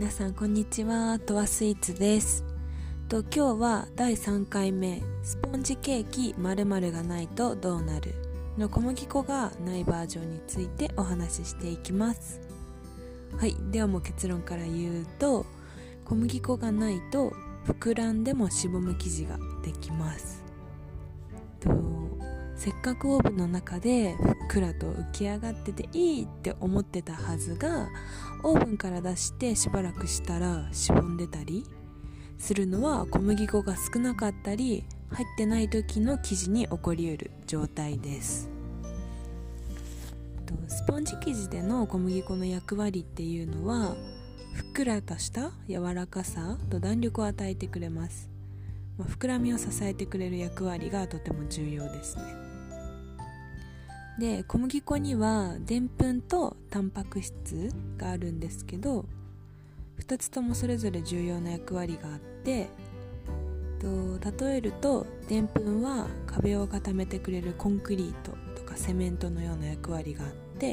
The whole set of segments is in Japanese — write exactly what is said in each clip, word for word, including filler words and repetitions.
皆さんこんにちは。とわスイーツです。と今日はだいさんかいめ、スポンジケーキ〇〇がないとどうなるの小麦粉がないバージョンについてお話ししていきます。はい、ではもう結論から言うと、小麦粉がないと膨らんでもしぼむ生地ができます。とせっかくオーブンの中でふっくらと浮き上がってていいって思ってたはずが、オーブンから出してしばらくしたらしぼんでたりするのは小麦粉が少なかったり入ってない時の生地に起こり得る状態です。スポンジ生地での小麦粉の役割っていうのは、ふっくらとした柔らかさと弾力を与えてくれます。膨らみを支えてくれる役割がとても重要ですね。で、小麦粉にはでんぷんとタンパク質があるんですけど、ふたつともそれぞれ重要な役割があって、と例えるとでんぷんは壁を固めてくれるコンクリートとかセメントのような役割があって、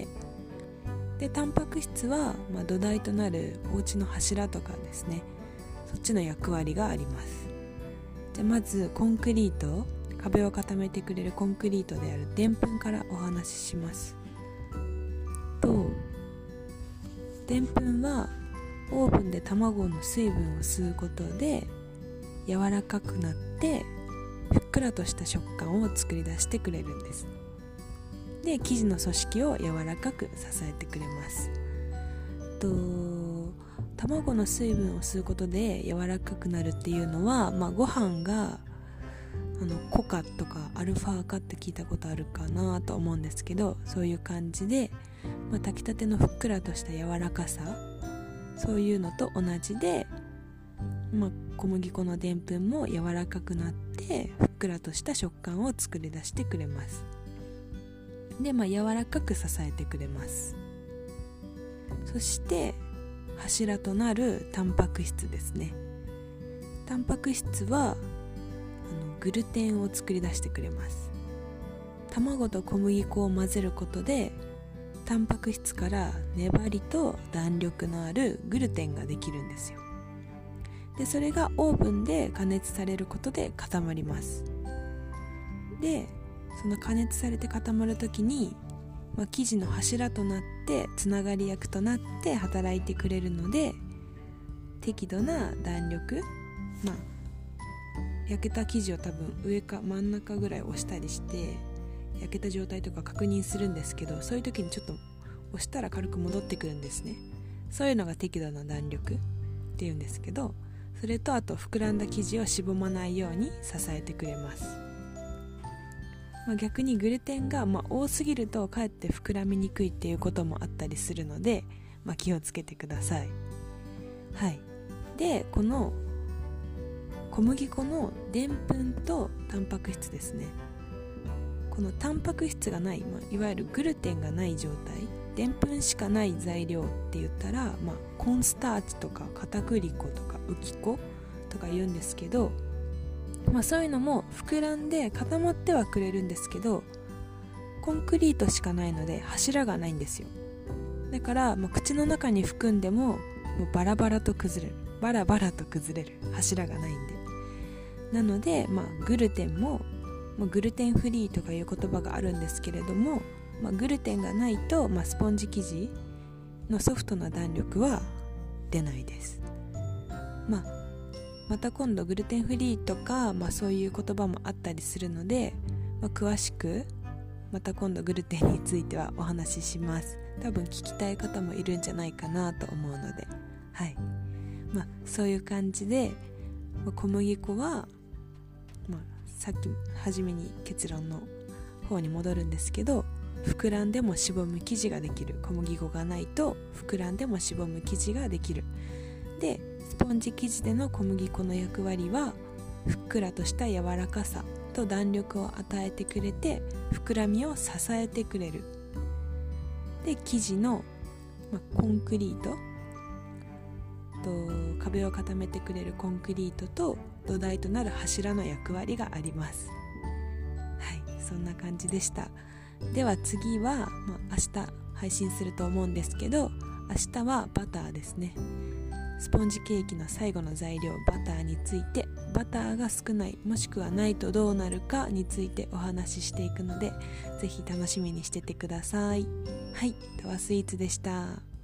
でタンパク質は、まあ、土台となるお家の柱とかですね、そっちの役割があります。じゃあまずコンクリート、壁を固めてくれるコンクリートであるでんぷんからお話しします。とでんぷんはオーブンで卵の水分を吸うことで柔らかくなってふっくらとした食感を作り出してくれるんです。で生地の組織を柔らかく支えてくれます。と卵の水分を吸うことで柔らかくなるっていうのは、まあ、ご飯があのコカとかアルファ化って聞いたことあるかなと思うんですけど、そういう感じで、まあ、炊きたてのふっくらとした柔らかさ、そういうのと同じで、まあ、小麦粉のでんぷんも柔らかくなってふっくらとした食感を作り出してくれます。で、まあ、柔らかく支えてくれます。そして柱となるタンパク質ですね。タンパク質はあのグルテンを作り出してくれます。卵と小麦粉を混ぜることでタンパク質から粘りと弾力のあるグルテンができるんですよ。でそれがオーブンで加熱されることで固まります。でその加熱されて固まるときに、まあ、生地の柱となってつながり役となって働いてくれるので、適度な弾力、まあ焼けた生地を多分上か真ん中ぐらい押したりして焼けた状態とか確認するんですけど、そういう時にちょっと押したら軽く戻ってくるんですね。そういうのが適度な弾力っていうんですけど、それとあと膨らんだ生地をしぼまないように支えてくれます。まあ、逆にグルテンがまあ多すぎるとかえって膨らみにくいっていうこともあったりするので、まあ、気をつけてください。はい。でこの小麦粉のでんぷんとタンパク質ですね。このタンパク質がない、まあ、いわゆるグルテンがない状態、でんぷんしかない材料って言ったら、まあ、コーンスターチとか片栗粉とか浮き粉とか言うんですけど、まあ、そういうのも膨らんで固まってはくれるんですけど、コンクリートしかないので柱がないんですよ。だから、まあ、口の中に含んでも、もうバラバラと崩れるバラバラと崩れる柱がないんで、なので、まあ、グルテンも、まあ、グルテンフリーとかいう言葉があるんですけれども、まあ、グルテンがないと、まあ、スポンジ生地のソフトな弾力は出ないです。まあ、また今度グルテンフリーとか、まあ、そういう言葉もあったりするので、まあ、詳しくまた今度グルテンについてはお話しします。多分聞きたい方もいるんじゃないかなと思うので、はい。まあ、そういう感じで、まあ、小麦粉は、まあ、さっき初めに結論の方に戻るんですけど、膨らんでもしぼむ生地ができる。小麦粉がないと膨らんでもしぼむ生地ができる。でスポンジ生地での小麦粉の役割はふっくらとした柔らかさと弾力を与えてくれて膨らみを支えてくれる。で生地の、まあ、コンクリートと壁を固めてくれるコンクリートと土台となる柱の役割があります。はい、そんな感じでした。では次は、まあ、明日配信すると思うんですけど、明日はバターですね。 スポンジケーキの最後の材料バターについて、バターが少ないもしくはないとどうなるかについてお話ししていくので、ぜひ楽しみにしててください。はい、とわスイーツでした。